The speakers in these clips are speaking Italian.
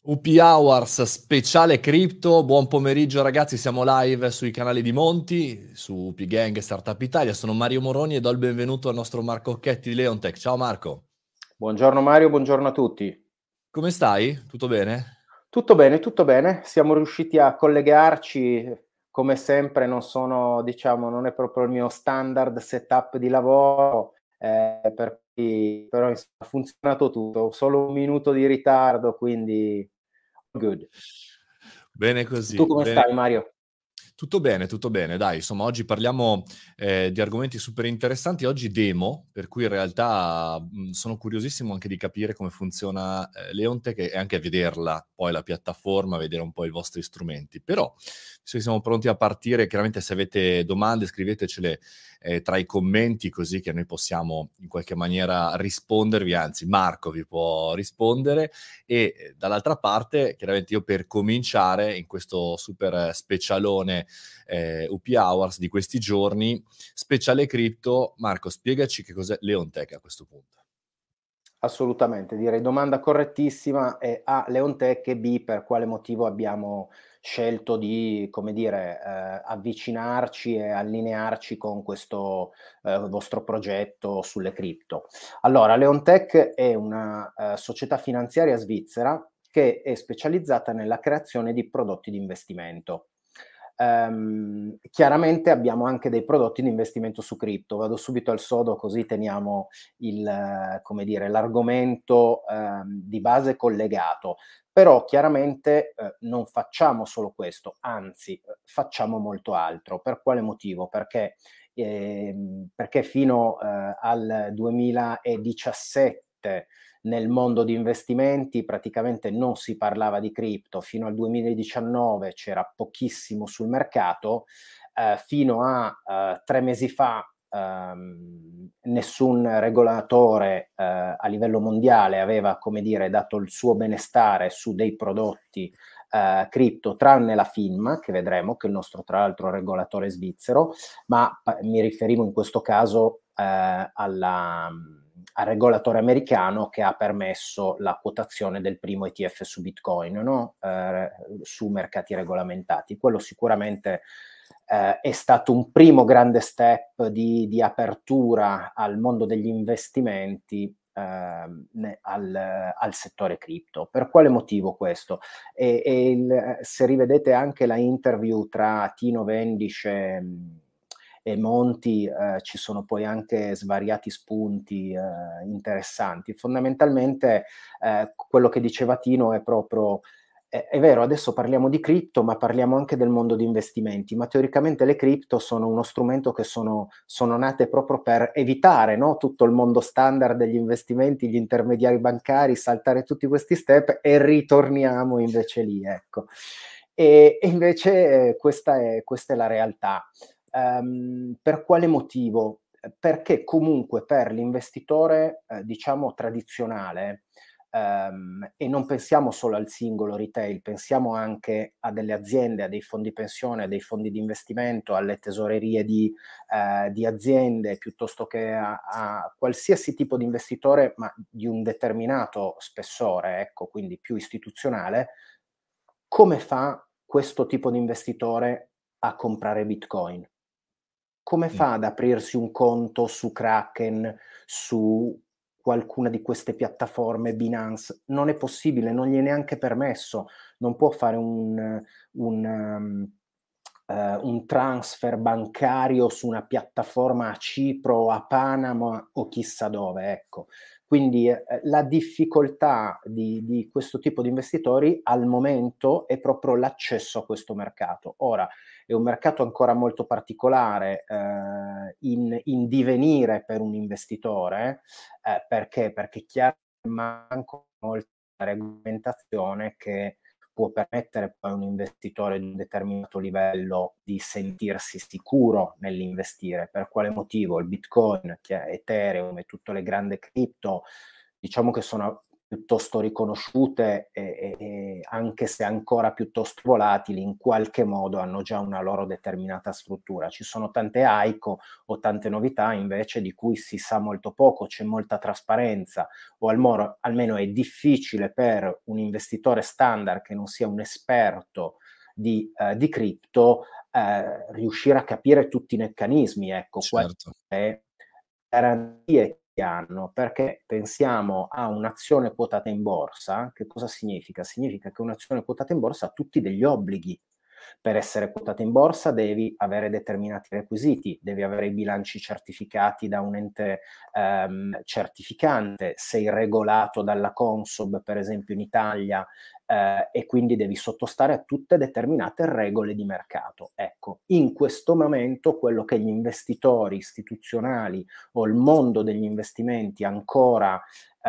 UP Hours speciale cripto, buon pomeriggio ragazzi, siamo live sui canali di Monti, su UP Gang Startup Italia, sono Mario Moroni e do il benvenuto al nostro Marco Occhetti di Leontech. Ciao Marco, Buongiorno Mario, buongiorno a tutti. come stai? Tutto bene? Tutto bene, siamo riusciti a collegarci, come sempre non è proprio il mio standard setup di lavoro, per cui però insomma ha funzionato tutto, solo un minuto di ritardo, quindi good. Bene Tu così, come bene. stai Mario? Tutto bene, dai, insomma oggi parliamo di argomenti super interessanti, oggi demo, per cui in realtà sono curiosissimo anche di capire come funziona Leontech e anche a vederla, poi la piattaforma, vedere un po' i vostri strumenti. Però, visto che siamo pronti a partire, chiaramente se avete domande scrivetecele tra i commenti così che noi possiamo in qualche maniera rispondervi, anzi Marco vi può rispondere e dall'altra parte, chiaramente io per cominciare in questo super specialone UP Hours di questi giorni, speciale cripto, Marco, spiegaci che cos'è Leontech a questo punto. Assolutamente, direi domanda correttissima è A, Leontech e B, per quale motivo abbiamo scelto di, come dire, avvicinarci e allinearci con questo vostro progetto sulle cripto. Allora, Leontech è una società finanziaria svizzera che è specializzata nella creazione di prodotti di investimento. Chiaramente abbiamo anche dei prodotti di investimento su cripto. Vado subito al sodo così teniamo come dire, l'argomento di base collegato. Però chiaramente non facciamo solo questo, anzi facciamo molto altro. Per quale motivo? Perché fino al 2017 nel mondo di investimenti praticamente non si parlava di cripto, fino al 2019 c'era pochissimo sul mercato, fino a 3 mesi fa nessun regolatore a livello mondiale aveva, come dire, dato il suo benestare su dei prodotti cripto, tranne la FINMA, che vedremo, che è il nostro tra l'altro regolatore svizzero, ma mi riferivo in questo caso al regolatore americano che ha permesso la quotazione del primo ETF su Bitcoin, no? Su mercati regolamentati. Quello sicuramente è stato un primo grande step di apertura al mondo degli investimenti al settore cripto. Per quale motivo questo? Se rivedete anche la interview tra Tino Vendice e Monti, ci sono poi anche svariati spunti interessanti. Fondamentalmente quello che diceva Tino è proprio è vero, adesso parliamo di cripto, ma parliamo anche del mondo di investimenti, ma teoricamente le cripto sono uno strumento che sono nate proprio per evitare, no, tutto il mondo standard degli investimenti, gli intermediari bancari, saltare tutti questi step e ritorniamo invece lì, ecco. E invece questa è la realtà. Per quale motivo? Perché comunque per l'investitore, diciamo tradizionale, e non pensiamo solo al singolo retail, pensiamo anche a delle aziende, a dei fondi pensione, a dei fondi di investimento, alle tesorerie di aziende, piuttosto che a qualsiasi tipo di investitore, ma di un determinato spessore, ecco, quindi più istituzionale. Come fa questo tipo di investitore a comprare Bitcoin? Come Mm. fa ad aprirsi un conto su Kraken, su qualcuna di queste piattaforme, Binance? Non è possibile, non gli è neanche permesso. Non può fare un transfer bancario su una piattaforma a Cipro, a Panama o chissà dove, ecco. Quindi la difficoltà di questo tipo di investitori al momento è proprio l'accesso a questo mercato. Ora, è un mercato ancora molto particolare, in divenire per un investitore, perché? Perché chiaramente manca molta regolamentazione che può permettere poi a un investitore di un determinato livello di sentirsi sicuro nell'investire. Per quale motivo? Il Bitcoin, che è Ethereum e tutte le grandi cripto, diciamo che sono piuttosto riconosciute anche se ancora piuttosto volatili, in qualche modo hanno già una loro determinata struttura. Ci sono tante ICO o tante novità invece di cui si sa molto poco, c'è molta trasparenza, o almeno è difficile per un investitore standard che non sia un esperto di cripto riuscire a capire tutti i meccanismi, ecco, quali Certo. garanzie che hanno, perché pensiamo a un'azione quotata in borsa, che cosa significa? Significa che un'azione quotata in borsa ha tutti degli obblighi. Per essere quotata in borsa devi avere determinati requisiti, devi avere i bilanci certificati da un ente certificante, sei regolato dalla Consob, per esempio in Italia, e quindi devi sottostare a tutte determinate regole di mercato. Ecco, in questo momento quello che gli investitori istituzionali o il mondo degli investimenti ancora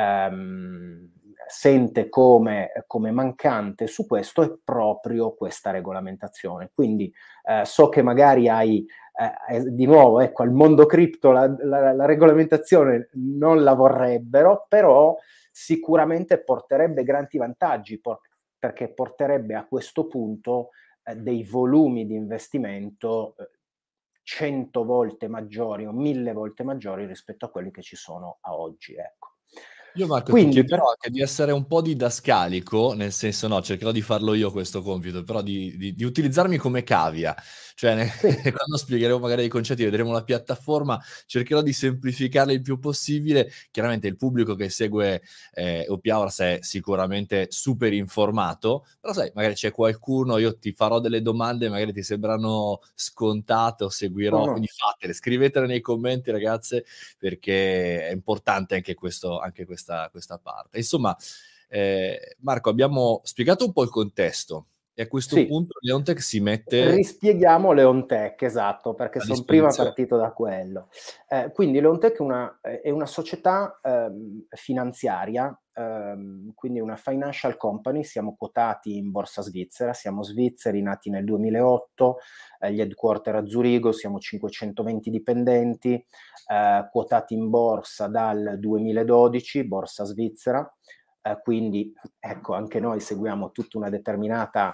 sente come mancante su questo è proprio questa regolamentazione. Quindi so che magari hai di nuovo, ecco, al mondo cripto la regolamentazione non la vorrebbero, però sicuramente porterebbe grandi vantaggi, perché porterebbe a questo punto dei volumi di investimento 100 volte maggiori o 1000 volte maggiori rispetto a quelli che ci sono a oggi, ecco. Io Marco ti Quindi chiederò anche di essere un po' didascalico, nel senso no, cercherò di farlo io questo compito, però di utilizzarmi come cavia, cioè sì. quando spiegheremo magari i concetti, vedremo la piattaforma, cercherò di semplificarla il più possibile. Chiaramente il pubblico che segue OP Hours è sicuramente super informato, però sai, magari c'è qualcuno, io ti farò delle domande, magari ti sembrano scontate o seguirò, quindi fatele, scrivetele nei commenti ragazze, perché è importante anche questo, anche questa parte. Insomma, Marco, abbiamo spiegato un po' il contesto e a questo Sì. punto Leontech si mette Rispieghiamo Leontech, esatto, perché a son prima disposizione. partito da quello. Quindi Leontech è una società finanziaria, quindi una financial company, siamo quotati in borsa svizzera, siamo svizzeri, nati nel 2008, gli headquarter a Zurigo, siamo 520 dipendenti, quotati in borsa dal 2012, borsa svizzera, quindi ecco, anche noi seguiamo tutta una determinata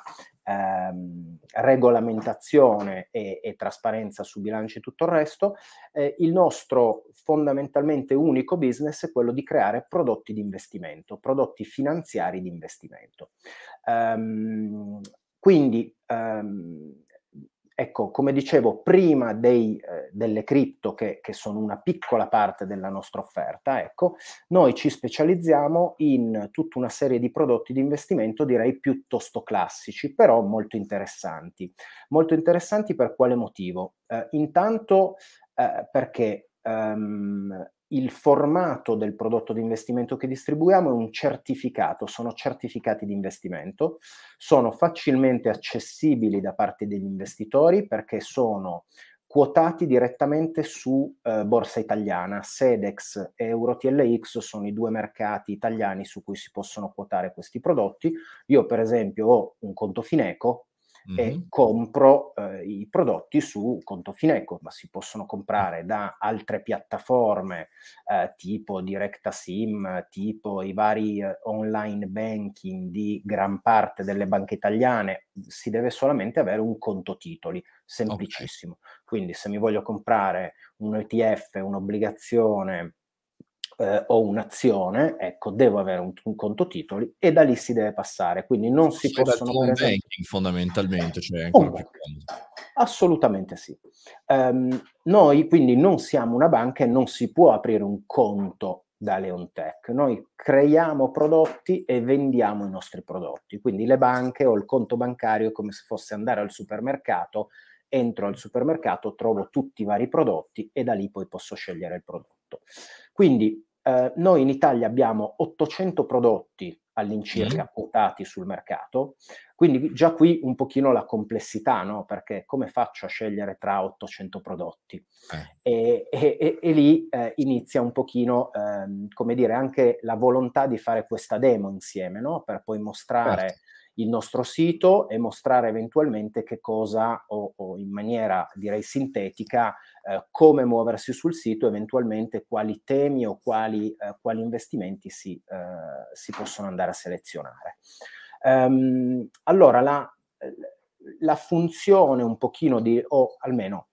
regolamentazione e trasparenza su bilanci e tutto il resto. Il nostro fondamentalmente unico business è quello di creare prodotti di investimento, prodotti finanziari di investimento. Quindi ecco, come dicevo, prima delle cripto, che sono una piccola parte della nostra offerta, ecco, noi ci specializziamo in tutta una serie di prodotti di investimento, direi piuttosto classici, però molto interessanti. Molto interessanti per quale motivo? Intanto perché il formato del prodotto di investimento che distribuiamo è un certificato, sono certificati di investimento, sono facilmente accessibili da parte degli investitori perché sono quotati direttamente su borsa italiana. Sedex e EuroTLX sono i due mercati italiani su cui si possono quotare questi prodotti. Io per esempio ho un conto Fineco e compro i prodotti su conto Fineco, ma si possono comprare da altre piattaforme tipo DirectaSim, tipo i vari online banking di gran parte delle banche italiane. Si deve solamente avere un conto titoli, semplicissimo. Okay. Quindi se mi voglio comprare un ETF, un'obbligazione o un'azione, ecco, devo avere un conto titoli e da lì si deve passare. Quindi non si Fai dal possono, tuo per home esempio, banking fondamentalmente, cioè è ancora home più banking. comodo. Assolutamente sì. Noi quindi non siamo una banca e non si può aprire un conto da Leontech. Noi creiamo prodotti e vendiamo i nostri prodotti. Quindi le banche o il conto bancario è come se fosse andare al supermercato, entro al supermercato, trovo tutti i vari prodotti e da lì poi posso scegliere il prodotto. Quindi noi in Italia abbiamo 800 prodotti all'incirca quotati sul mercato, quindi già qui un pochino la complessità, no? Perché come faccio a scegliere tra 800 prodotti? Eh. E lì inizia un pochino, come dire, anche la volontà di fare questa demo insieme, no? Per poi Certo. mostrare il nostro sito e mostrare eventualmente che cosa, o in maniera direi sintetica, come muoversi sul sito, eventualmente quali temi o quali investimenti si possono andare a selezionare. Allora, la funzione un pochino o almeno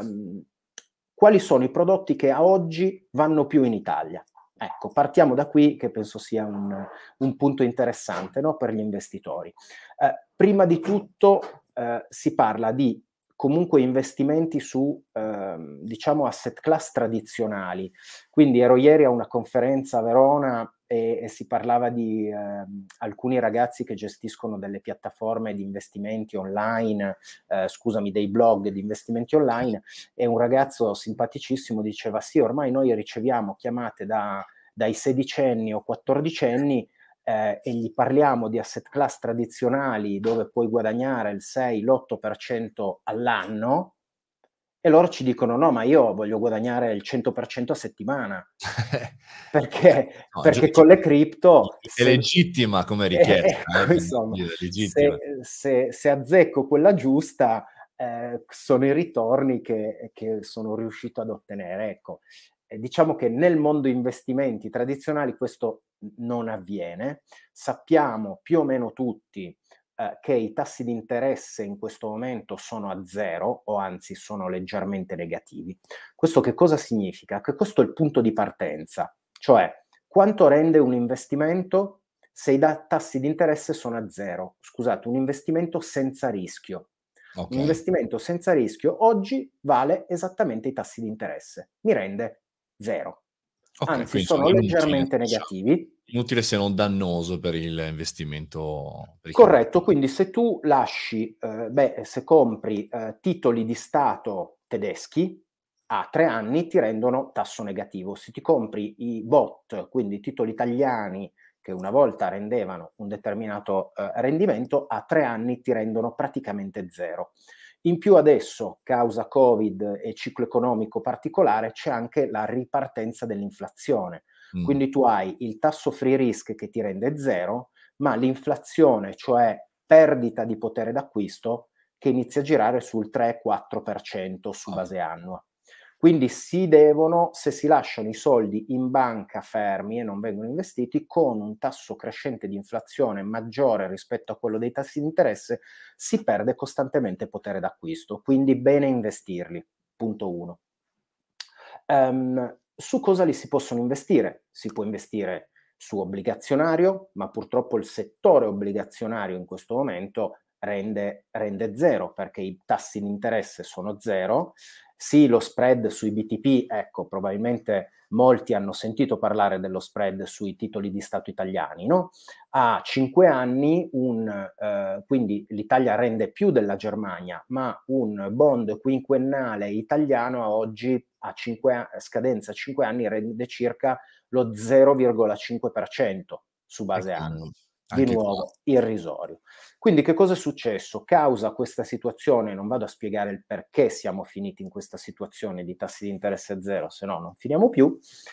quali sono i prodotti che a oggi vanno più in Italia? Ecco, partiamo da qui, che penso sia un punto interessante, no, per gli investitori. Prima di tutto si parla di comunque investimenti su, diciamo, asset class tradizionali. Quindi ero ieri a una conferenza a Verona e si parlava di alcuni ragazzi che gestiscono delle piattaforme di investimenti online, scusami, dei blog di investimenti online, e un ragazzo simpaticissimo diceva: sì, ormai noi riceviamo chiamate dai sedicenni o quattordicenni e gli parliamo di asset class tradizionali dove puoi guadagnare il 6, l'8% all'anno, e loro ci dicono: no, ma io voglio guadagnare il 100% a settimana. Perché, No, perché con le cripto, è legittima come richiesta, ecco, insomma, è legittima. se azzecco quella giusta, sono i ritorni che sono riuscito ad ottenere. Ecco, diciamo che nel mondo investimenti tradizionali questo non avviene. Sappiamo più o meno tutti che i tassi di interesse in questo momento sono a zero, o anzi sono leggermente negativi. Questo che cosa significa? Che questo è il punto di partenza, cioè quanto rende un investimento se i tassi di interesse sono a zero. Scusate, un investimento senza rischio. Un investimento senza rischio oggi vale esattamente i tassi di interesse, mi rende zero. Anzi, sono leggermente negativi. Inutile se non dannoso per il investimento. Corretto, quindi se tu lasci, se compri titoli di Stato tedeschi, a 3 anni ti rendono tasso negativo. Se ti compri i BOT, quindi titoli italiani che una volta rendevano un determinato rendimento, a 3 anni ti rendono praticamente zero. In più adesso, causa Covid e ciclo economico particolare, c'è anche la ripartenza dell'inflazione. Quindi tu hai il tasso free risk che ti rende zero, ma l'inflazione, cioè perdita di potere d'acquisto, che inizia a girare sul 3-4% su base annua. Quindi se si lasciano i soldi in banca fermi e non vengono investiti, con un tasso crescente di inflazione maggiore rispetto a quello dei tassi di interesse, si perde costantemente potere d'acquisto. Quindi bene investirli, punto 1. Su cosa li si possono investire? Si può investire su obbligazionario, ma purtroppo il settore obbligazionario in questo momento rende zero, perché i tassi di interesse sono zero. Sì, lo spread sui BTP, ecco, probabilmente molti hanno sentito parlare dello spread sui titoli di Stato italiani, no? A 5 anni, quindi l'Italia rende più della Germania, ma un bond quinquennale italiano a oggi, scadenza 5 anni, rende circa lo 0,5% su base annua. Di nuovo, irrisorio. Quindi che cosa è successo? Causa questa situazione, non vado a spiegare il perché siamo finiti in questa situazione di tassi di interesse zero, se no non finiamo più.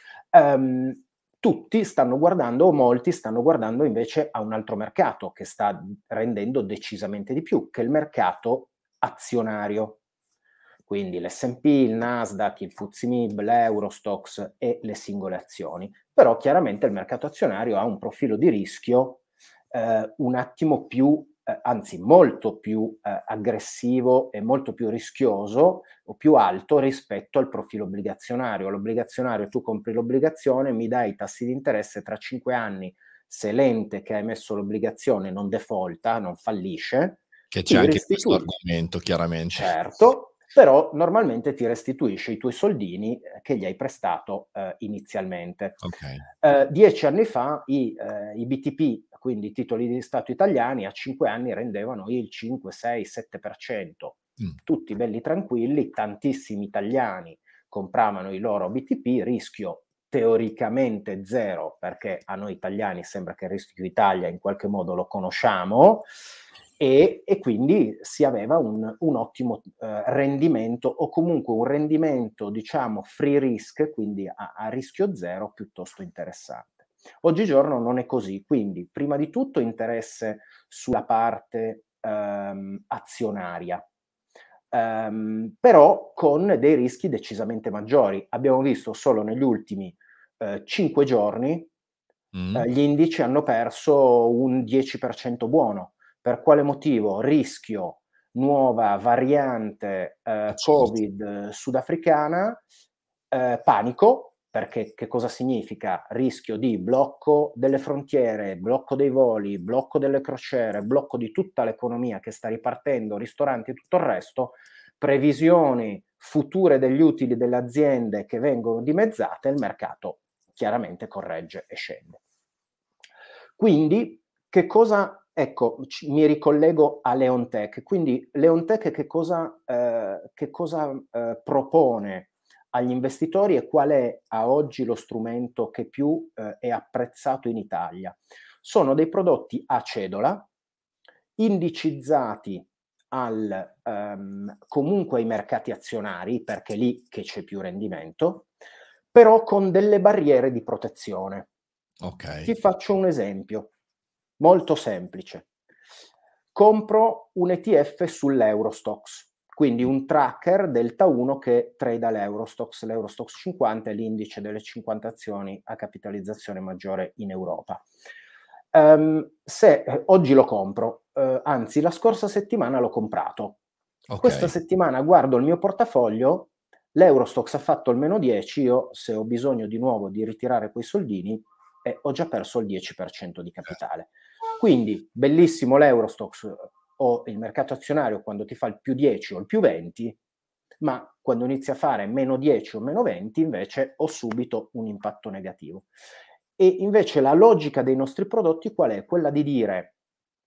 Tutti stanno guardando, o molti stanno guardando invece a un altro mercato che sta rendendo decisamente di più, che è il mercato azionario. Quindi l'S&P, il Nasdaq, il FTSE MIB, l'Eurostoxx e le singole azioni. Però chiaramente il mercato azionario ha un profilo di rischio un attimo più, anzi molto più aggressivo e molto più rischioso o più alto rispetto al profilo obbligazionario. L'obbligazionario, tu compri l'obbligazione, mi dai i tassi di interesse tra 5 anni, se l'ente che ha emesso l'obbligazione non defaulta, non fallisce, che c'è anche questo argomento, chiaramente. Certo, però normalmente ti restituisce i tuoi soldini che gli hai prestato inizialmente. 10 anni fa i BTP, quindi i titoli di Stato italiani, a 5 anni rendevano il 5, 6, 7%. Tutti belli tranquilli, tantissimi italiani compravano i loro BTP, rischio teoricamente zero, perché a noi italiani sembra che il rischio Italia in qualche modo lo conosciamo, e quindi si aveva un ottimo rendimento, o comunque un rendimento, diciamo, free risk, quindi a rischio zero, piuttosto interessante. Oggigiorno non è così, quindi prima di tutto interesse sulla parte azionaria, però con dei rischi decisamente maggiori. Abbiamo visto solo negli ultimi 5 giorni gli indici hanno perso un 10% buono. Per quale motivo? Rischio nuova variante Certo. Covid sudafricana, panico, perché che cosa significa? Rischio di blocco delle frontiere, blocco dei voli, blocco delle crociere, blocco di tutta l'economia che sta ripartendo, ristoranti e tutto il resto, previsioni future degli utili delle aziende che vengono dimezzate, il mercato chiaramente corregge e scende. Quindi che cosa, ecco, mi ricollego a Leonteq. Quindi Leonteq che cosa propone agli investitori e qual è a oggi lo strumento che più è apprezzato in Italia? Sono dei prodotti a cedola, indicizzati comunque ai mercati azionari, perché è lì che c'è più rendimento, però con delle barriere di protezione. Ti Ok. faccio un esempio molto semplice. Compro un ETF sull'Eurostoxx, quindi un tracker delta 1 che trada l'Eurostoxx. L'Eurostoxx 50 è l'indice delle 50 azioni a capitalizzazione maggiore in Europa. Se oggi lo compro, anzi la scorsa settimana l'ho comprato. Questa Ok. settimana guardo il mio portafoglio, l'Eurostoxx ha fatto il meno 10, io se ho bisogno di nuovo di ritirare quei soldini, ho già perso il 10% di capitale. Quindi bellissimo l'Eurostoxx o il mercato azionario quando ti fa il più 10 o il più 20, ma quando inizia a fare meno 10 o meno 20 invece ho subito un impatto negativo. E invece la logica dei nostri prodotti qual è? Quella di dire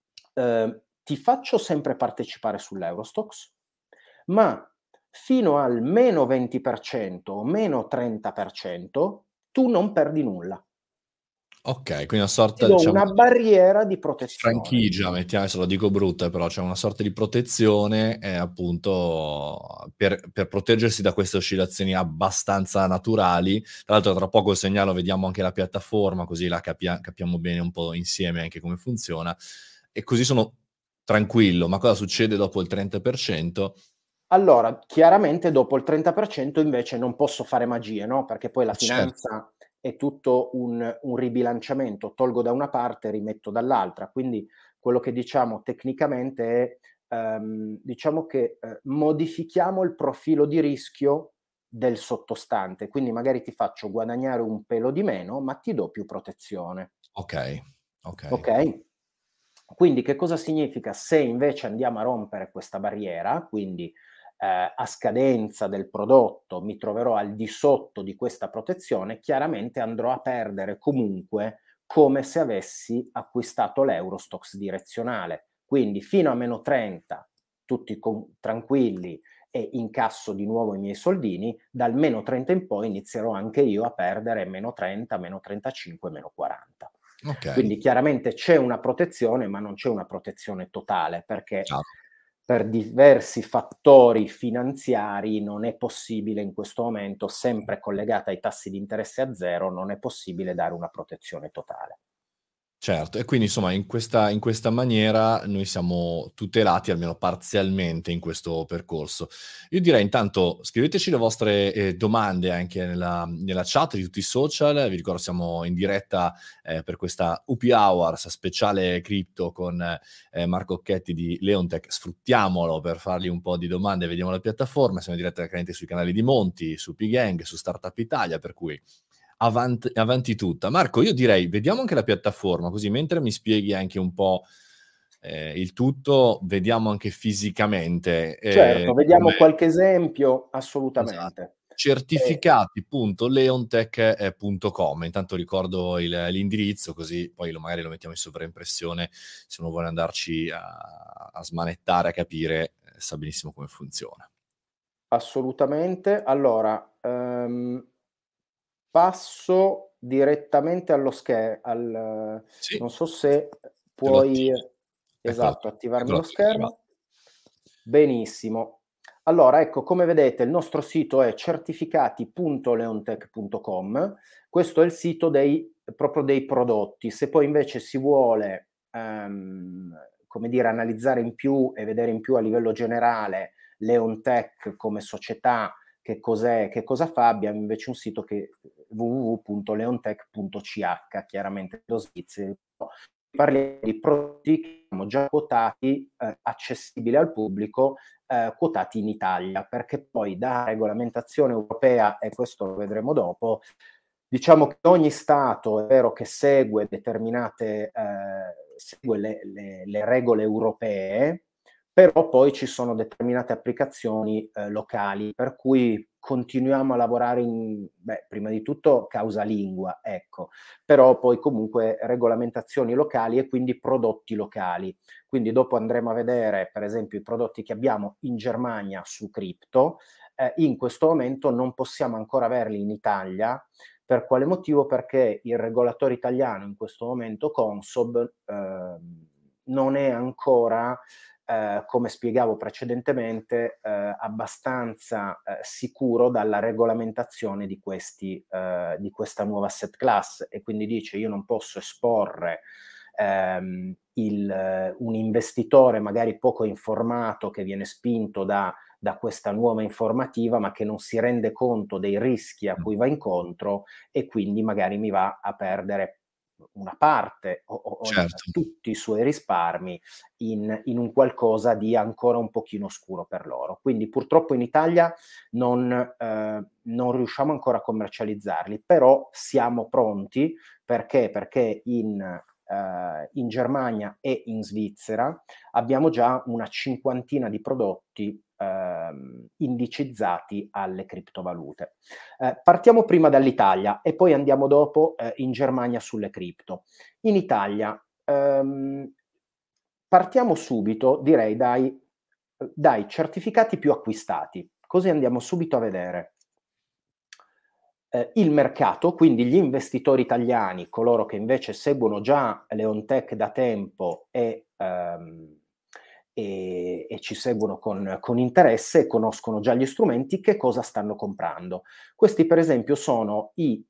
ti faccio sempre partecipare sull'Eurostoxx, ma fino al meno 20% o meno 30% tu non perdi nulla. Ok, quindi una Ti sorta, do diciamo, una di barriera di protezione. franchigia, mettiamo, adesso lo dico brutta, però c'è una sorta di protezione, appunto, per proteggersi da queste oscillazioni abbastanza naturali. Tra l'altro tra poco segnalo, vediamo anche la piattaforma, così la capiamo bene un po' insieme anche come funziona, e così sono tranquillo. Ma cosa succede dopo il 30%? Allora, chiaramente dopo il 30% invece non posso fare magie, no, perché poi la Certo. finanza è tutto un ribilanciamento, tolgo da una parte, rimetto dall'altra. Quindi quello che diciamo tecnicamente è, diciamo che, modifichiamo il profilo di rischio del sottostante, quindi magari ti faccio guadagnare un pelo di meno, ma ti do più protezione. Okay, okay. Okay? Quindi che cosa significa? Se invece andiamo a rompere questa barriera, quindi, a scadenza del prodotto mi troverò al di sotto di questa protezione, chiaramente andrò a perdere comunque come se avessi acquistato l'Eurostoxx direzionale. Quindi fino a -30 tutti tranquilli e incasso di nuovo i miei soldini, dal -30 in poi inizierò anche io a perdere -30, -35, -40. Okay, Quindi chiaramente c'è una protezione, ma non c'è una protezione totale, perché chiaro. per diversi fattori finanziari non è possibile in questo momento, sempre collegata ai tassi di interesse a zero, non è possibile dare una protezione totale. Certo, e quindi insomma in questa maniera noi siamo tutelati almeno parzialmente in questo percorso. Io direi intanto scriveteci le vostre, domande anche nella chat di tutti i social. Vi ricordo siamo in diretta, per questa UP Hours speciale cripto con, Marco Occhetti di Leonteq. Sfruttiamolo per fargli un po' di domande, vediamo la piattaforma. Siamo in diretta chiaramente sui canali di Monti, su P-Gang, su Startup Italia, per cui avanti tutta. Marco, io direi vediamo anche la piattaforma, così mentre mi spieghi anche un po', il tutto, vediamo anche fisicamente, Certo, vediamo com'è. qualche esempio, Esatto. assolutamente. Ehm Certificati.leontech.com. Intanto ricordo l'indirizzo, così poi magari lo mettiamo in sovraimpressione, se uno vuole andarci a smanettare, a capire, sa benissimo come funziona. Assolutamente. Allora, passo direttamente Sì, non so se te lo puoi, attivi. Eccolo esatto, qui, attivarmi eccolo lo qui, è arrivato. schermo. Benissimo. Allora, ecco, come vedete il nostro sito è certificati.leontech.com. Questo è il sito proprio dei prodotti. Se poi invece si vuole, come dire, analizzare in più e vedere in più a livello generale Leontech come società, che cos'è, che cosa fa, abbiamo invece un sito che www.leontech.ch, chiaramente lo svizzero. Parliamo di prodotti che sono già quotati, accessibili al pubblico, quotati in Italia, perché poi da regolamentazione europea, e questo lo vedremo dopo, diciamo che ogni Stato è vero che segue determinate, segue le regole europee, però poi ci sono determinate applicazioni locali, per cui continuiamo a lavorare prima di tutto causa lingua, ecco, però poi comunque regolamentazioni locali e quindi prodotti locali. Quindi dopo andremo a vedere, per esempio, i prodotti che abbiamo in Germania su cripto. In questo momento non possiamo ancora averli in Italia. Per quale motivo? Perché il regolatore italiano in questo momento, Consob, non è ancora, come spiegavo precedentemente, abbastanza sicuro dalla regolamentazione di di questa nuova asset class, e quindi dice: io non posso esporre un investitore magari poco informato che viene spinto da questa nuova informativa, ma che non si rende conto dei rischi a cui va incontro, e quindi magari mi va a perdere una parte o Certo. tutti i suoi risparmi in un qualcosa di ancora un pochino oscuro per loro. Quindi purtroppo in Italia non riusciamo ancora a commercializzarli, però siamo pronti. Perché in Germania e in Svizzera abbiamo già una cinquantina di prodotti indicizzati alle criptovalute. Partiamo prima dall'Italia e poi andiamo dopo in Germania sulle cripto. In Italia partiamo subito, direi, dai certificati più acquistati, così andiamo subito a vedere il mercato, quindi gli investitori italiani, coloro che invece seguono già Leontech da tempo e ci seguono con interesse e conoscono già gli strumenti, che cosa stanno comprando. Questi per esempio sono i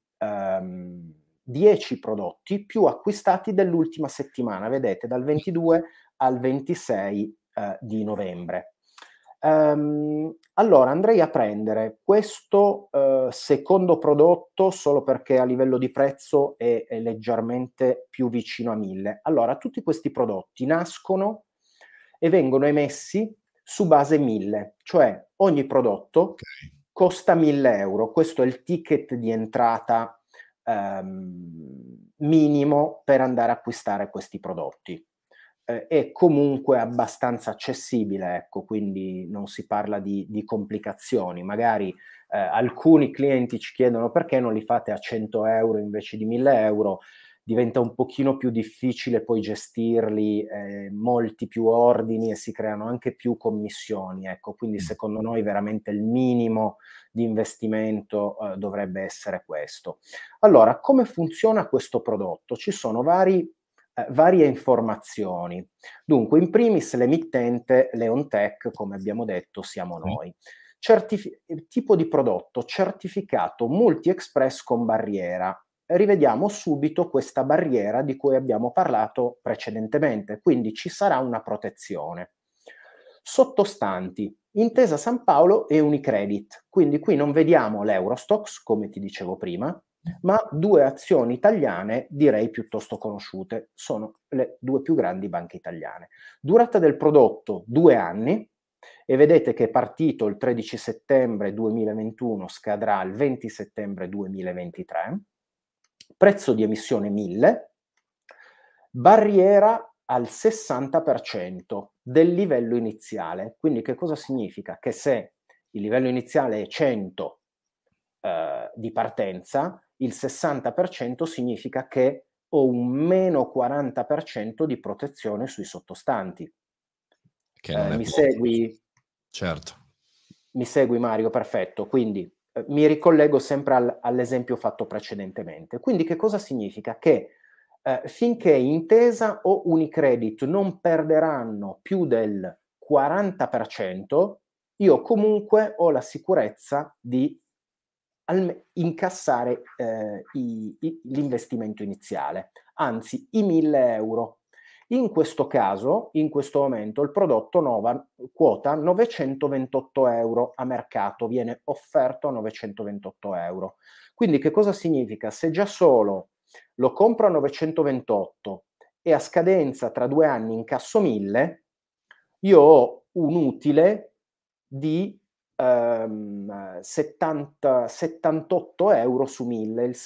10 prodotti più acquistati dell'ultima settimana, vedete, dal 22 al 26 di novembre. Allora andrei a prendere questo secondo prodotto solo perché a livello di prezzo è leggermente più vicino a 1000. Allora, tutti questi prodotti nascono e vengono emessi su base 1000, cioè ogni prodotto costa 1000 euro. Questo è il ticket di entrata minimo per andare a acquistare questi prodotti. È comunque abbastanza accessibile, ecco, quindi non si parla di complicazioni. Magari alcuni clienti ci chiedono perché non li fate a 100 euro invece di 1000 euro. Diventa un pochino più difficile poi gestirli, molti più ordini e si creano anche più commissioni, ecco. Quindi secondo noi veramente il minimo di investimento dovrebbe essere questo. Allora, come funziona questo prodotto? Ci sono varie informazioni. Dunque, in primis l'emittente Leontech, come abbiamo detto, siamo noi. Tipo di prodotto: certificato multi-express con barriera. Rivediamo subito questa barriera di cui abbiamo parlato precedentemente, quindi ci sarà una protezione. Sottostanti: Intesa San Paolo e Unicredit, quindi qui non vediamo l'Eurostoxx, come ti dicevo prima, ma due azioni italiane direi piuttosto conosciute, sono le due più grandi banche italiane. Durata del prodotto 2 anni, e vedete che è partito il 13 settembre 2021, scadrà il 20 settembre 2023, prezzo di emissione 1000, barriera al 60% del livello iniziale. Quindi che cosa significa? Che se il livello iniziale è 100 di partenza, il 60% significa che ho un meno 40% di protezione sui sottostanti. Che non è Mi poco. segui? Certo. Mi segui, Mario? Perfetto. Quindi mi ricollego sempre all'esempio fatto precedentemente. Quindi che cosa significa? Che finché Intesa o Unicredit non perderanno più del 40%, io comunque ho la sicurezza di incassare l'investimento iniziale, anzi i 1000 euro. In questo caso, in questo momento, il prodotto quota 928 euro a mercato, viene offerto a 928 euro. Quindi che cosa significa? Se già solo lo compro a 928 e a scadenza tra 2 anni incasso 1000, io ho un utile di 78 euro su 1000, il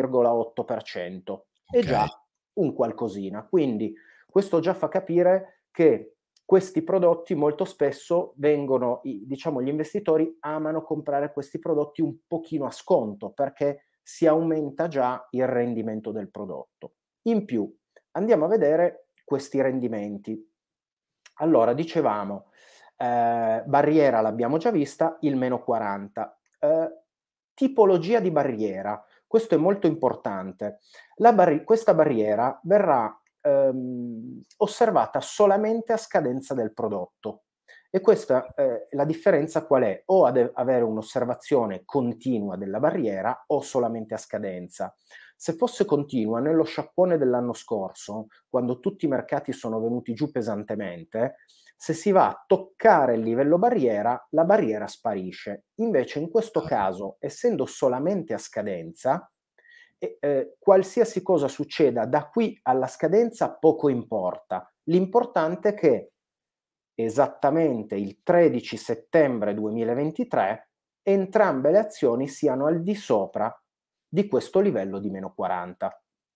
7,8%. È Ok. già un qualcosina. Quindi questo già fa capire che questi prodotti molto spesso vengono, diciamo, gli investitori amano comprare questi prodotti un pochino a sconto perché si aumenta già il rendimento del prodotto. In più, andiamo a vedere questi rendimenti. Allora, dicevamo, barriera l'abbiamo già vista, il meno 40. Tipologia di barriera, questo è molto importante. Questa barriera verrà osservata solamente a scadenza del prodotto. E questa, la differenza qual è? O avere un'osservazione continua della barriera o solamente a scadenza. Se fosse continua, nello sciacquone dell'anno scorso, quando tutti i mercati sono venuti giù pesantemente, se si va a toccare il livello barriera, la barriera sparisce. Invece in questo caso, essendo solamente a scadenza, qualsiasi cosa succeda da qui alla scadenza poco importa. L'importante è che esattamente il 13 settembre 2023 entrambe le azioni siano al di sopra di questo livello di meno 40.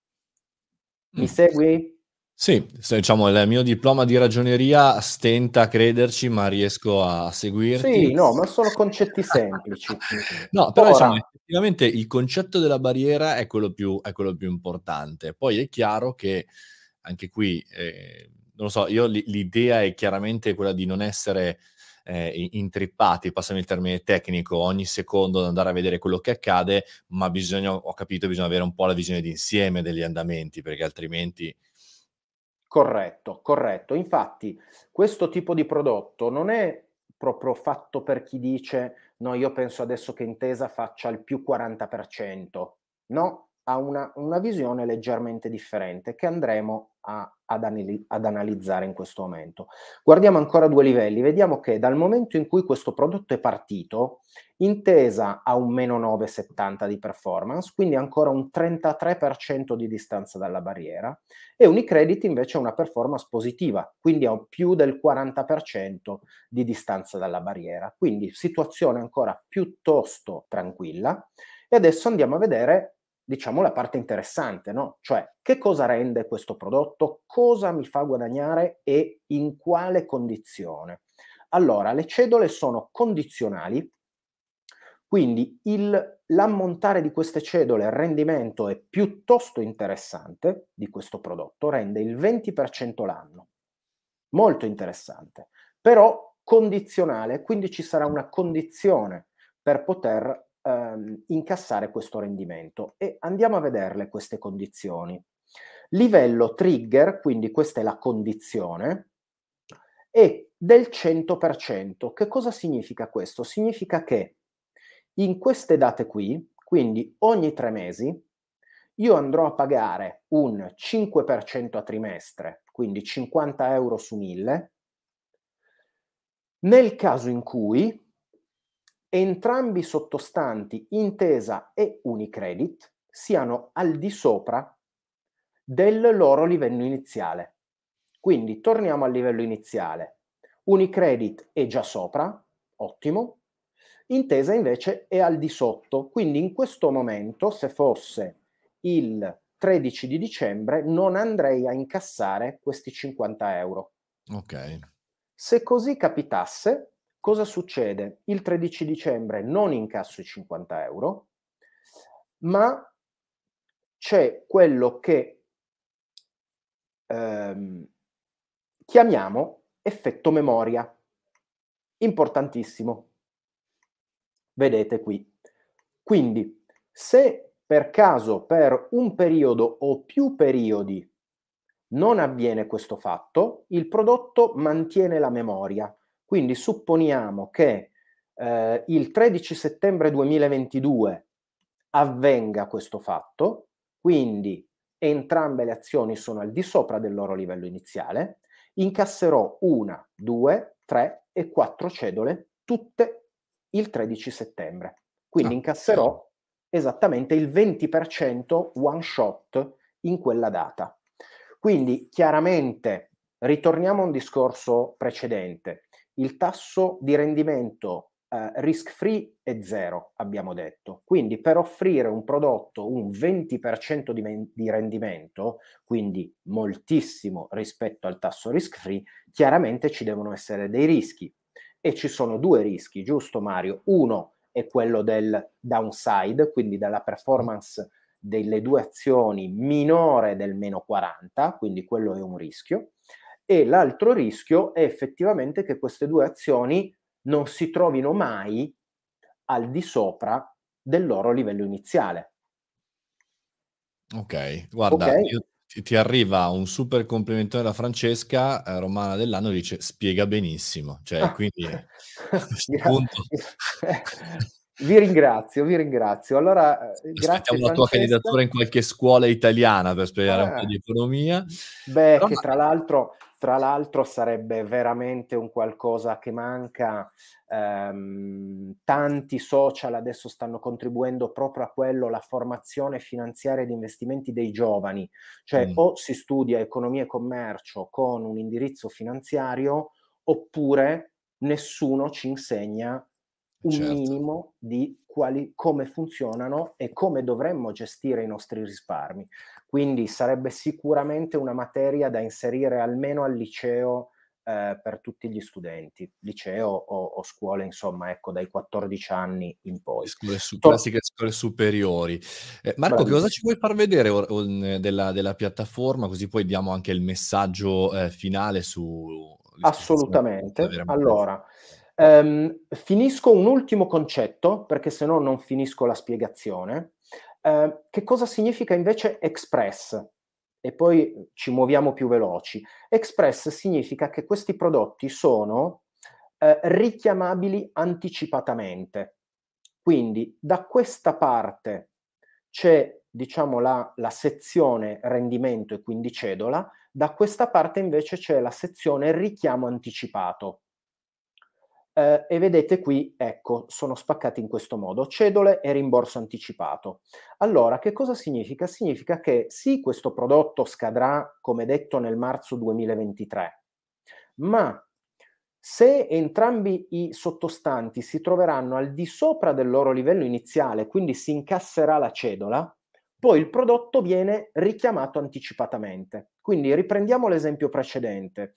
Mi segui? Sì, diciamo il mio diploma di ragioneria stenta a crederci, ma riesco a seguirti. Sì, no, ma sono concetti semplici. No, però diciamo Ora, effettivamente il concetto della barriera è quello più importante. Poi è chiaro che anche qui, non lo so, io l'idea è chiaramente quella di non essere, i intrippati, passami il termine tecnico, ogni secondo ad andare a vedere quello che accade, ma ho capito, bisogna avere un po' la visione d'insieme degli andamenti, perché altrimenti corretto, corretto. Infatti questo tipo di prodotto non è proprio fatto per chi dice: "No, io penso adesso che Intesa faccia il più 40%". No, ha una visione leggermente differente che andremo ad analizzare in questo momento. Guardiamo ancora 2 livelli, vediamo che dal momento in cui questo prodotto è partito, Intesa ha un -9,70 di performance, quindi ancora un 33% di distanza dalla barriera, e Unicredit invece ha una performance positiva, quindi ha più del 40% di distanza dalla barriera, quindi situazione ancora piuttosto tranquilla. E adesso andiamo a vedere, diciamo, la parte interessante, no? Cioè, che cosa rende questo prodotto, cosa mi fa guadagnare e in quale condizione. Allora, le cedole sono condizionali, quindi l'ammontare di queste cedole, il rendimento è piuttosto interessante di questo prodotto, rende il 20% l'anno. Molto interessante, però condizionale, quindi ci sarà una condizione per poter incassare questo rendimento e andiamo a vederle queste condizioni. Livello trigger, quindi questa è la condizione, è del 100%. Che cosa significa questo? Significa che in queste date qui, quindi ogni 3 mesi, io andrò a pagare un 5% a trimestre, quindi 50 euro su 1000, nel caso in cui entrambi i sottostanti Intesa e Unicredit siano al di sopra del loro livello iniziale. Quindi torniamo al livello iniziale. Unicredit è già sopra, ottimo. Intesa invece è al di sotto, quindi in questo momento, se fosse il 13 di dicembre, non andrei a incassare questi 50 euro. okay. Se così capitasse, cosa succede? Il 13 dicembre non incasso i 50 euro, ma c'è quello che ehm, chiamiamo effetto memoria. Importantissimo. Vedete qui. Quindi, se per caso per un periodo o più periodi non avviene questo fatto, il prodotto mantiene la memoria. Quindi supponiamo che il 13 settembre 2022 avvenga questo fatto, quindi entrambe le azioni sono al di sopra del loro livello iniziale, incasserò 1, 2, 3 e 4 cedole, tutte il 13 settembre. Quindi Ah, okay. incasserò esattamente il 20% one shot in quella data. Quindi chiaramente ritorniamo a un discorso precedente. Il tasso di rendimento risk free è 0, abbiamo detto. Quindi per offrire un prodotto un 20% di rendimento, quindi moltissimo rispetto al tasso risk free, chiaramente ci devono essere dei rischi. E ci sono due rischi, giusto Mario? Uno è quello del downside, quindi della performance delle due azioni minore del meno 40, quindi quello è un rischio, e l'altro rischio è effettivamente che queste due azioni non si trovino mai al di sopra del loro livello iniziale. Ok, Ok? guarda, ti arriva un super complimentone da Francesca, Romana dell'anno, dice spiega benissimo, cioè Ah, quindi a questo punto vi ringrazio, vi ringrazio. Allora, grazie aspettiamo la tua Francesca. candidatura in qualche scuola italiana per spiegare un po' Ah, di economia. beh, Però che tra l'altro sarebbe veramente un qualcosa che manca. Tanti social adesso stanno contribuendo proprio a quello, la formazione finanziaria e di investimenti dei giovani. Cioè o si studia economia e commercio con un indirizzo finanziario, oppure nessuno ci insegna un certo. minimo di come funzionano e come dovremmo gestire i nostri risparmi. Quindi sarebbe sicuramente una materia da inserire almeno al liceo, per tutti gli studenti, liceo o scuole, insomma, ecco, dai 14 anni in poi. Classiche scuole superiori. Marco, che cosa ci Bravissimo. vuoi far vedere della piattaforma, così poi diamo anche il messaggio finale sull'iscrizione da avere Assolutamente. a Monte. Allora, finisco un ultimo concetto, perché se no non finisco la spiegazione. Che cosa significa invece express? E poi ci muoviamo più veloci. Express significa che questi prodotti sono richiamabili anticipatamente. Quindi da questa parte c'è, diciamo, la sezione rendimento e quindi cedola, da questa parte invece c'è la sezione richiamo anticipato. E vedete qui, ecco, sono spaccati in questo modo, cedole e rimborso anticipato. Allora, che cosa significa? Significa che sì, questo prodotto scadrà, come detto, nel marzo 2023, ma se entrambi i sottostanti si troveranno al di sopra del loro livello iniziale, quindi si incasserà la cedola, poi il prodotto viene richiamato anticipatamente. Quindi riprendiamo l'esempio precedente.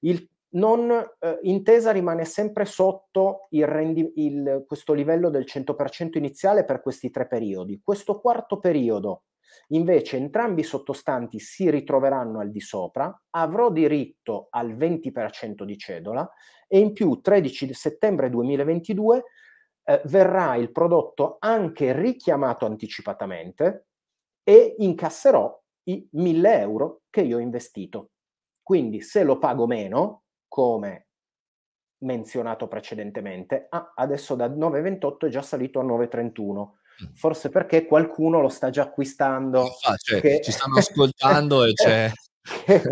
Intesa rimane sempre sotto questo livello del 100% iniziale per questi 3 periodi. Questo quarto periodo, invece, entrambi i sottostanti si ritroveranno al di sopra, avrò diritto al 20% di cedola e in più 13 settembre 2022 verrà il prodotto anche richiamato anticipatamente e incasserò i 1.000 euro che io ho investito. Quindi se lo pago meno, come menzionato precedentemente, adesso da 9,28 è già salito a 9,31. Forse perché qualcuno lo sta già acquistando, Cioè, che, ci stanno ascoltando e c'è che,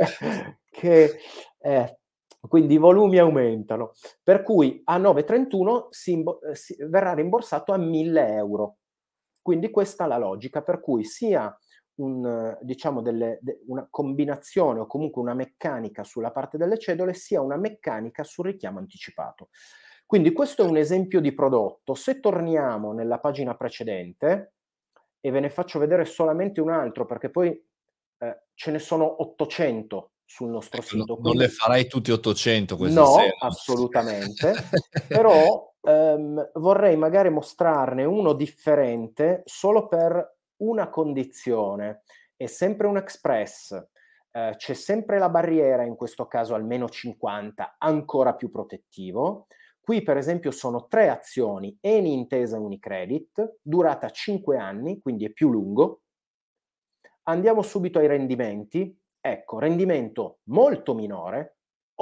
che quindi i volumi aumentano. Per cui a 9,31 verrà rimborsato a 1.000 euro. Quindi questa è la logica, per cui sia diciamo una combinazione o comunque una meccanica sulla parte delle cedole, sia una meccanica sul richiamo anticipato. Quindi questo è un esempio di prodotto. Se torniamo nella pagina precedente, e ve ne faccio vedere solamente un altro, perché poi ce ne sono 800 sul nostro sito. non le Quindi farei tutti 800 queste sere. no, assolutamente, però vorrei magari mostrarne uno differente solo per una condizione. È sempre un express, c'è sempre la barriera, in questo caso almeno 50, ancora più protettivo. Qui per esempio sono 3 azioni, Eni Intesa Unicredit, durata 5 anni, quindi è più lungo. Andiamo subito ai rendimenti. Ecco, rendimento molto minore,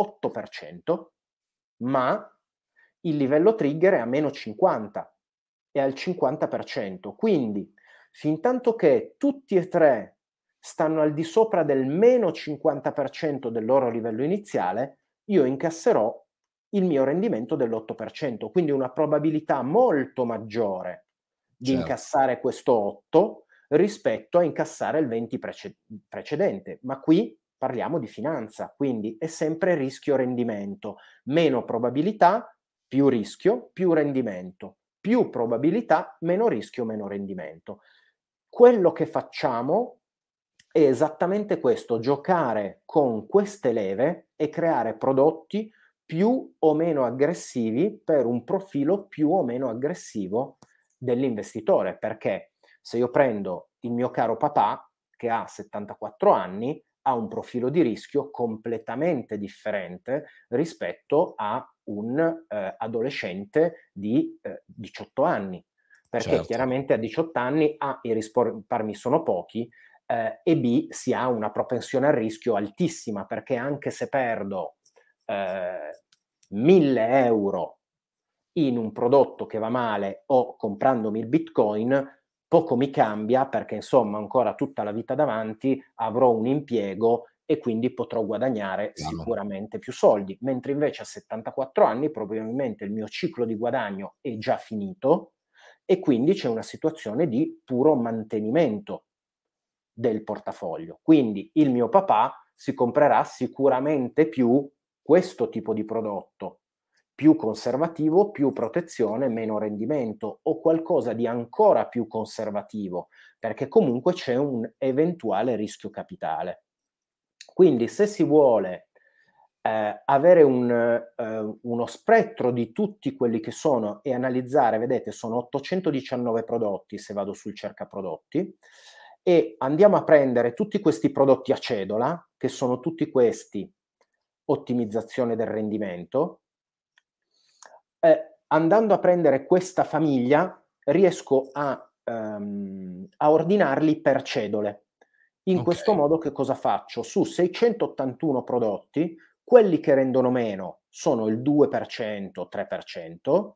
8%, ma il livello trigger è a meno 50, è al 50%. Quindi, fintanto che tutti e tre stanno al di sopra del meno 50% del loro livello iniziale, io incasserò il mio rendimento dell'8%, quindi una probabilità molto maggiore di Certo. incassare questo 8 rispetto a incassare il 20 precedente, ma qui parliamo di finanza, quindi è sempre rischio-rendimento, meno probabilità, più rischio, più rendimento, più probabilità, meno rischio, meno rendimento. Quello che facciamo è esattamente questo, giocare con queste leve e creare prodotti più o meno aggressivi per un profilo più o meno aggressivo dell'investitore, perché se io prendo il mio caro papà che ha 74 anni, ha un profilo di rischio completamente differente rispetto a un adolescente di 18 anni, perché Certo. chiaramente a 18 anni A i risparmi sono pochi e B si ha una propensione al rischio altissima, perché anche se perdo 1000 euro in un prodotto che va male o comprandomi il Bitcoin, poco mi cambia perché insomma ancora tutta la vita davanti avrò un impiego e quindi potrò guadagnare Chiaro. sicuramente più soldi, mentre invece a 74 anni probabilmente il mio ciclo di guadagno è già finito e quindi c'è una situazione di puro mantenimento del portafoglio. Quindi il mio papà si comprerà sicuramente più questo tipo di prodotto, più conservativo, più protezione, meno rendimento o qualcosa di ancora più conservativo, perché comunque c'è un eventuale rischio capitale. Quindi se si vuole avere uno spettro di tutti quelli che sono e analizzare, vedete, sono 819 prodotti se vado sul cerca prodotti, e andiamo a prendere tutti questi prodotti a cedola, che sono tutti questi ottimizzazione del rendimento. Andando a prendere questa famiglia, riesco a ordinarli per cedole. In questo Okay. modo che cosa faccio? Su 681 prodotti, quelli che rendono meno sono il 2%, 3%,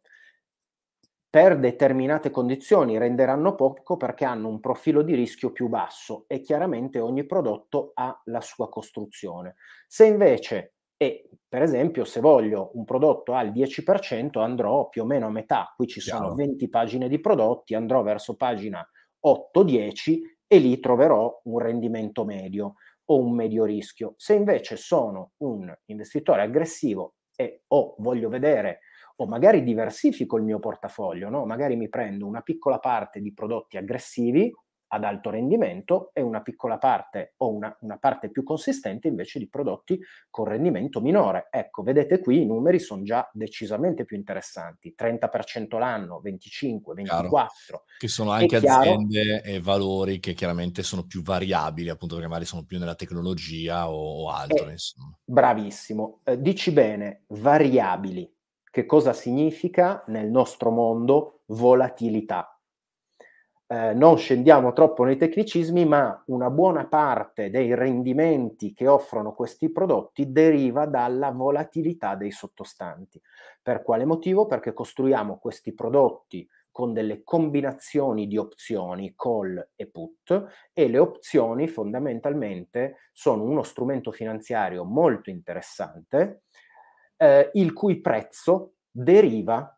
per determinate condizioni renderanno poco perché hanno un profilo di rischio più basso e chiaramente ogni prodotto ha la sua costruzione. Se invece, per esempio, se voglio un prodotto al 10%, andrò più o meno a metà. Qui ci sono Chiaro. 20 pagine di prodotti, andrò verso pagina 8-10 e lì troverò un rendimento medio o un medio rischio. Se invece sono un investitore aggressivo e voglio vedere o magari diversifico il mio portafoglio, no? Magari mi prendo una piccola parte di prodotti aggressivi ad alto rendimento e una piccola parte o una parte più consistente invece di prodotti con rendimento minore. Ecco, vedete qui i numeri sono già decisamente più interessanti, 30% l'anno, 25, Chiaro. 24. Che sono È anche chiaro? aziende e valori che chiaramente sono più variabili, appunto perché magari sono più nella tecnologia o altro, insomma. Bravissimo. Dici bene, variabili. Che cosa significa nel nostro mondo volatilità? Non scendiamo troppo nei tecnicismi, ma una buona parte dei rendimenti che offrono questi prodotti deriva dalla volatilità dei sottostanti. Per quale motivo? Perché costruiamo questi prodotti con delle combinazioni di opzioni, call e put, e le opzioni fondamentalmente sono uno strumento finanziario molto interessante, il cui prezzo deriva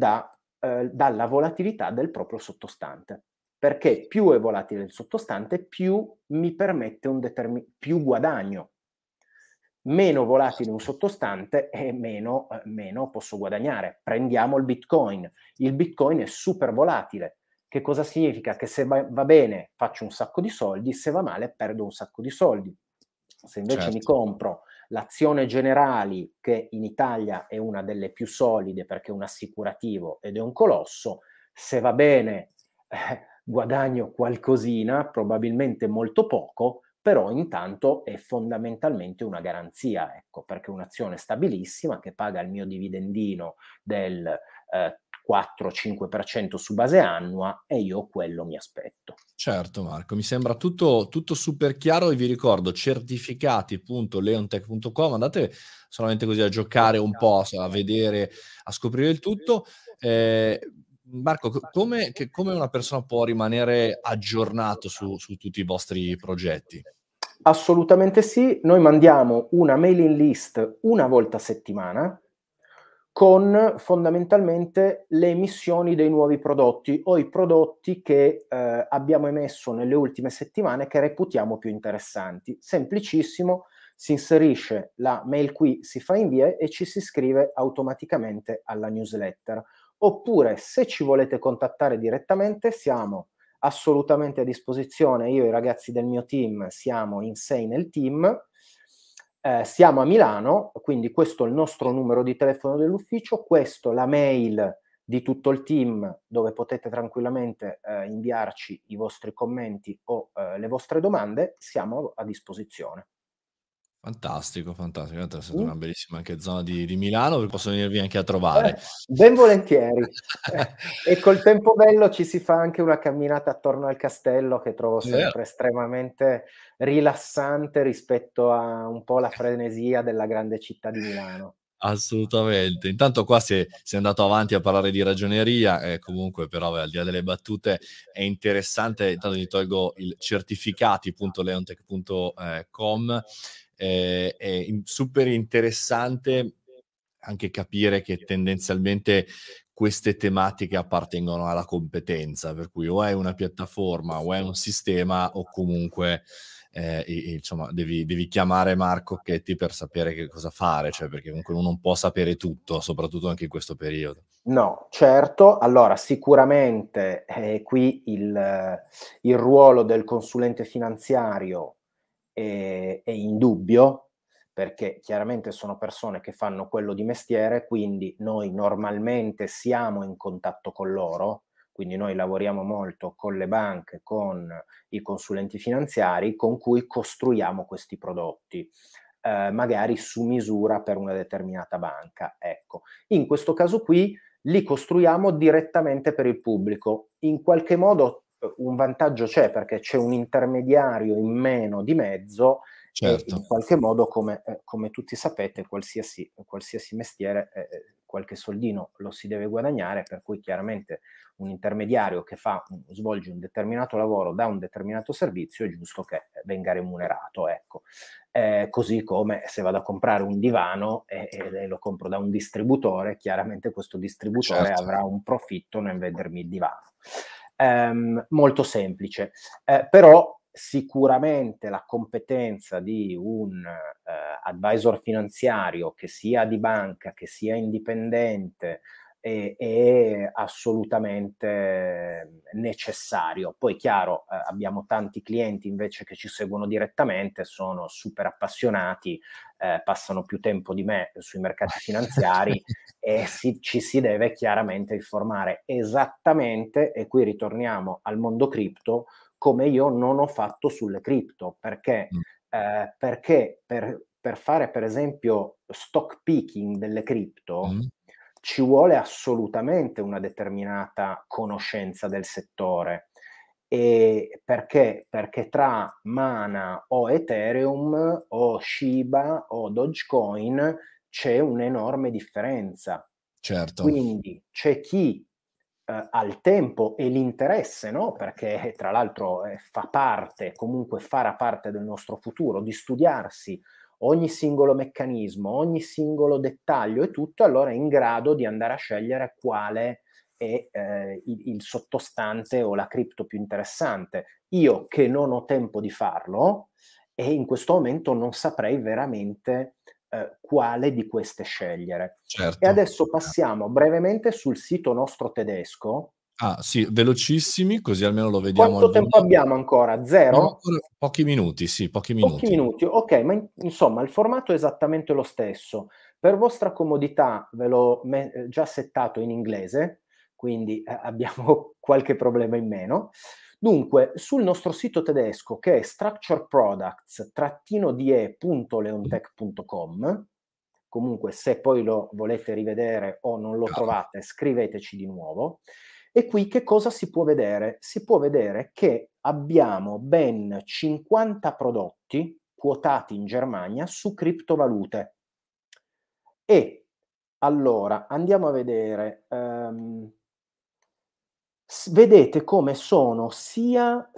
dalla volatilità del proprio sottostante. Perché più è volatile il sottostante, più mi permette più guadagno. Meno volatile un sottostante e meno posso guadagnare. Prendiamo il Bitcoin. Il Bitcoin è super volatile. Che cosa significa? Che se va bene faccio un sacco di soldi, se va male perdo un sacco di soldi. Se invece mi Certo. compro l'azione Generali, che in Italia è una delle più solide perché è un assicurativo ed è un colosso, se va bene guadagno qualcosina, probabilmente molto poco, però intanto è fondamentalmente una garanzia, ecco, perché è un'azione stabilissima che paga il mio dividendino del 4-5% su base annua e io quello mi aspetto. Certo Marco, mi sembra tutto super chiaro e vi ricordo certificati.leontech.com, andate solamente così a giocare un po', a vedere, a scoprire il tutto. Ehm, Marco, come una persona può rimanere aggiornato su tutti i vostri progetti? Assolutamente sì, noi mandiamo una mailing list una volta a settimana con fondamentalmente le emissioni dei nuovi prodotti o i prodotti che abbiamo emesso nelle ultime settimane che reputiamo più interessanti. Semplicissimo, si inserisce la mail qui, si fa invia e ci si iscrive automaticamente alla newsletter. Oppure, se ci volete contattare direttamente, siamo assolutamente a disposizione. Io e i ragazzi del mio team siamo in 6 nel team. Siamo a Milano, quindi questo è il nostro numero di telefono dell'ufficio, questo la mail di tutto il team dove potete tranquillamente inviarci i vostri commenti o le vostre domande, siamo a disposizione. Fantastico, fantastico. Tra l'altro è stata Mm? una bellissima anche zona di Milano, dove posso venirvi anche a trovare. Ben volentieri. E col tempo bello ci si fa anche una camminata attorno al castello che trovo Vero. sempre estremamente rilassante rispetto a un po' la frenesia della grande città di Milano. Assolutamente. Intanto qua si è andato avanti a parlare di ragioneria e comunque però al di là delle battute è interessante, intanto ti tolgo il certificati.leontech.com, è super interessante anche capire che tendenzialmente queste tematiche appartengono alla competenza, per cui o è una piattaforma o è un sistema o comunque insomma devi chiamare Marco Cocchetti per sapere che cosa fare, cioè perché comunque uno non può sapere tutto, soprattutto anche in questo periodo. No, certo. Allora sicuramente, qui il ruolo del consulente finanziario è indubbio, perché chiaramente sono persone che fanno quello di mestiere, quindi noi normalmente siamo in contatto con loro, quindi noi lavoriamo molto con le banche, con i consulenti finanziari con cui costruiamo questi prodotti, magari su misura per una determinata banca, ecco. In questo caso qui li costruiamo direttamente per il pubblico. In qualche modo un vantaggio c'è, perché c'è un intermediario in meno di mezzo e Certo, in qualche modo, come tutti sapete, qualsiasi mestiere, qualche soldino lo si deve guadagnare, per cui chiaramente un intermediario che svolge un determinato lavoro, dà un determinato servizio, è giusto che venga remunerato, ecco. Così come se vado a comprare un divano e lo compro da un distributore, chiaramente questo distributore certo. avrà un profitto nel vendermi il divano. Molto semplice. Però sicuramente la competenza di un advisor finanziario, che sia di banca, che sia indipendente, è assolutamente necessario. Poi chiaro, abbiamo tanti clienti invece che ci seguono direttamente, sono super appassionati, passano più tempo di me sui mercati finanziari e ci si deve chiaramente informare esattamente, e qui ritorniamo al mondo cripto, come io non ho fatto sulle cripto, perché, Mh, perché per fare per esempio stock picking delle cripto mh, ci vuole assolutamente una determinata conoscenza del settore. Perché? Perché tra Mana o Ethereum o Shiba o Dogecoin c'è un'enorme differenza. certo, Quindi c'è chi ha il tempo e l'interesse, no, perché tra l'altro, comunque farà parte del nostro futuro, di studiarsi ogni singolo meccanismo, ogni singolo dettaglio e tutto, allora è in grado di andare a scegliere quale è il sottostante o la cripto più interessante. Io che non ho tempo di farlo e in questo momento non saprei veramente quale di queste scegliere. E certo. adesso passiamo brevemente sul sito nostro tedesco. Ah sì, velocissimi, così almeno lo vediamo al Quanto tempo volo. abbiamo ancora? Abbiamo 0? ancora pochi minuti, sì, pochi Pochi minuti. minuti, okay, ma insomma il formato è esattamente lo stesso. Per vostra comodità ve l'ho già settato in inglese, quindi abbiamo qualche problema in meno. Dunque, sul nostro sito tedesco, che è Mh, structureproducts-de.leontech.com, comunque se poi lo volete rivedere o non lo chiaro, trovate scriveteci di nuovo. E qui che cosa si può vedere? Si può vedere che abbiamo ben 50 prodotti quotati in Germania su criptovalute. E allora andiamo a vedere, vedete come sono sia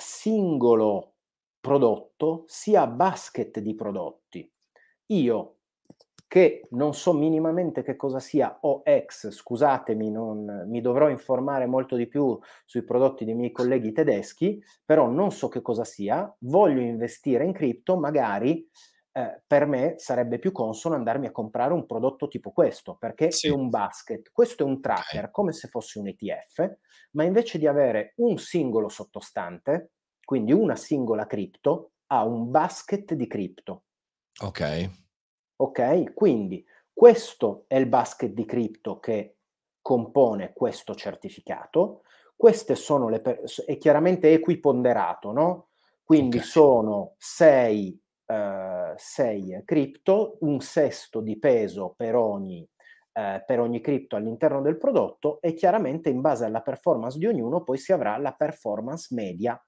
singolo prodotto, sia basket di prodotti. Io che non so minimamente che cosa sia OX, scusatemi, non mi dovrò informare molto di più sui prodotti dei miei colleghi tedeschi, però non so che cosa sia, voglio investire in cripto, magari per me sarebbe più consono andarmi a comprare un prodotto tipo questo, perché è Sì, un basket, questo è un ok, tracker, come se fosse un ETF, ma invece di avere un singolo sottostante, quindi una singola cripto, ha un basket di cripto. ok, Ok? Quindi questo è il basket di cripto che compone questo certificato. Queste sono è chiaramente equiponderato, no? ok, Quindi sono 6 cripto, un sesto di peso per ogni cripto all'interno del prodotto, e chiaramente in base alla performance di ognuno poi si avrà la performance media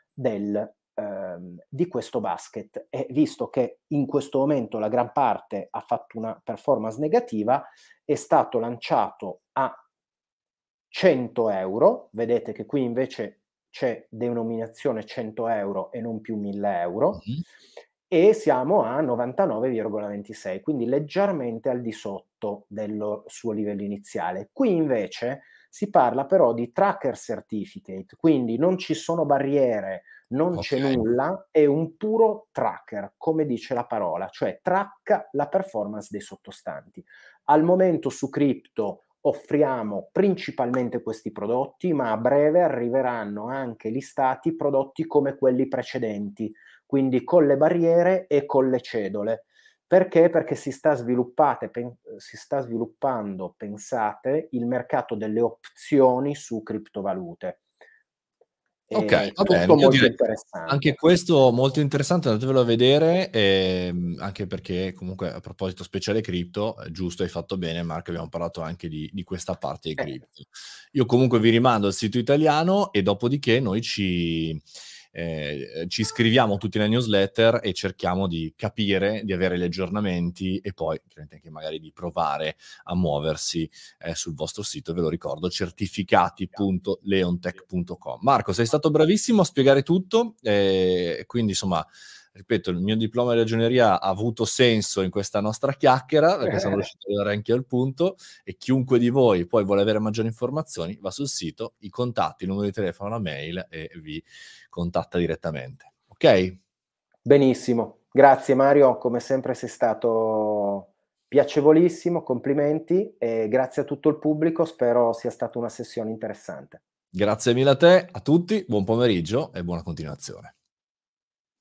di questo basket. E visto che in questo momento la gran parte ha fatto una performance negativa, è stato lanciato a 100 euro, vedete che qui invece c'è denominazione 100 euro e non più 1000 euro, mhm, e siamo a 99,26, quindi leggermente al di sotto del suo livello iniziale. Qui invece si parla però di tracker certificate, quindi non ci sono barriere, non ok, c'è nulla, è un puro tracker, come dice la parola, cioè tracca la performance dei sottostanti. Al momento su Crypto offriamo principalmente questi prodotti, ma a breve arriveranno anche listati prodotti come quelli precedenti, quindi con le barriere e con le cedole. Perché? Perché si sta sviluppando, pensate, il mercato delle opzioni su criptovalute. ok, È va bene. tutto Io molto direi anche interessante. questo molto interessante, andatevelo a vedere, anche perché comunque a proposito speciale cripto, giusto, hai fatto bene Marco, abbiamo parlato anche di questa parte di Eh, cripto. Io comunque vi rimando al sito italiano e dopodiché noi ci iscriviamo tutti nella newsletter e cerchiamo di capire, di avere gli aggiornamenti e poi chiaramente anche magari di provare a muoversi sul vostro sito, ve lo ricordo, certificati.leontech.com. Marco, sei stato bravissimo a spiegare tutto, quindi insomma, ripeto, il mio diploma di ragioneria ha avuto senso in questa nostra chiacchiera, perché sono riuscito ad arrivare anche al punto, e chiunque di voi poi vuole avere maggiori informazioni, va sul sito, i contatti, il numero di telefono, la mail, e vi contatta direttamente. Ok? Benissimo, grazie Mario, come sempre sei stato piacevolissimo, complimenti, e grazie a tutto il pubblico, spero sia stata una sessione interessante. Grazie mille a te, a tutti, buon pomeriggio e buona continuazione.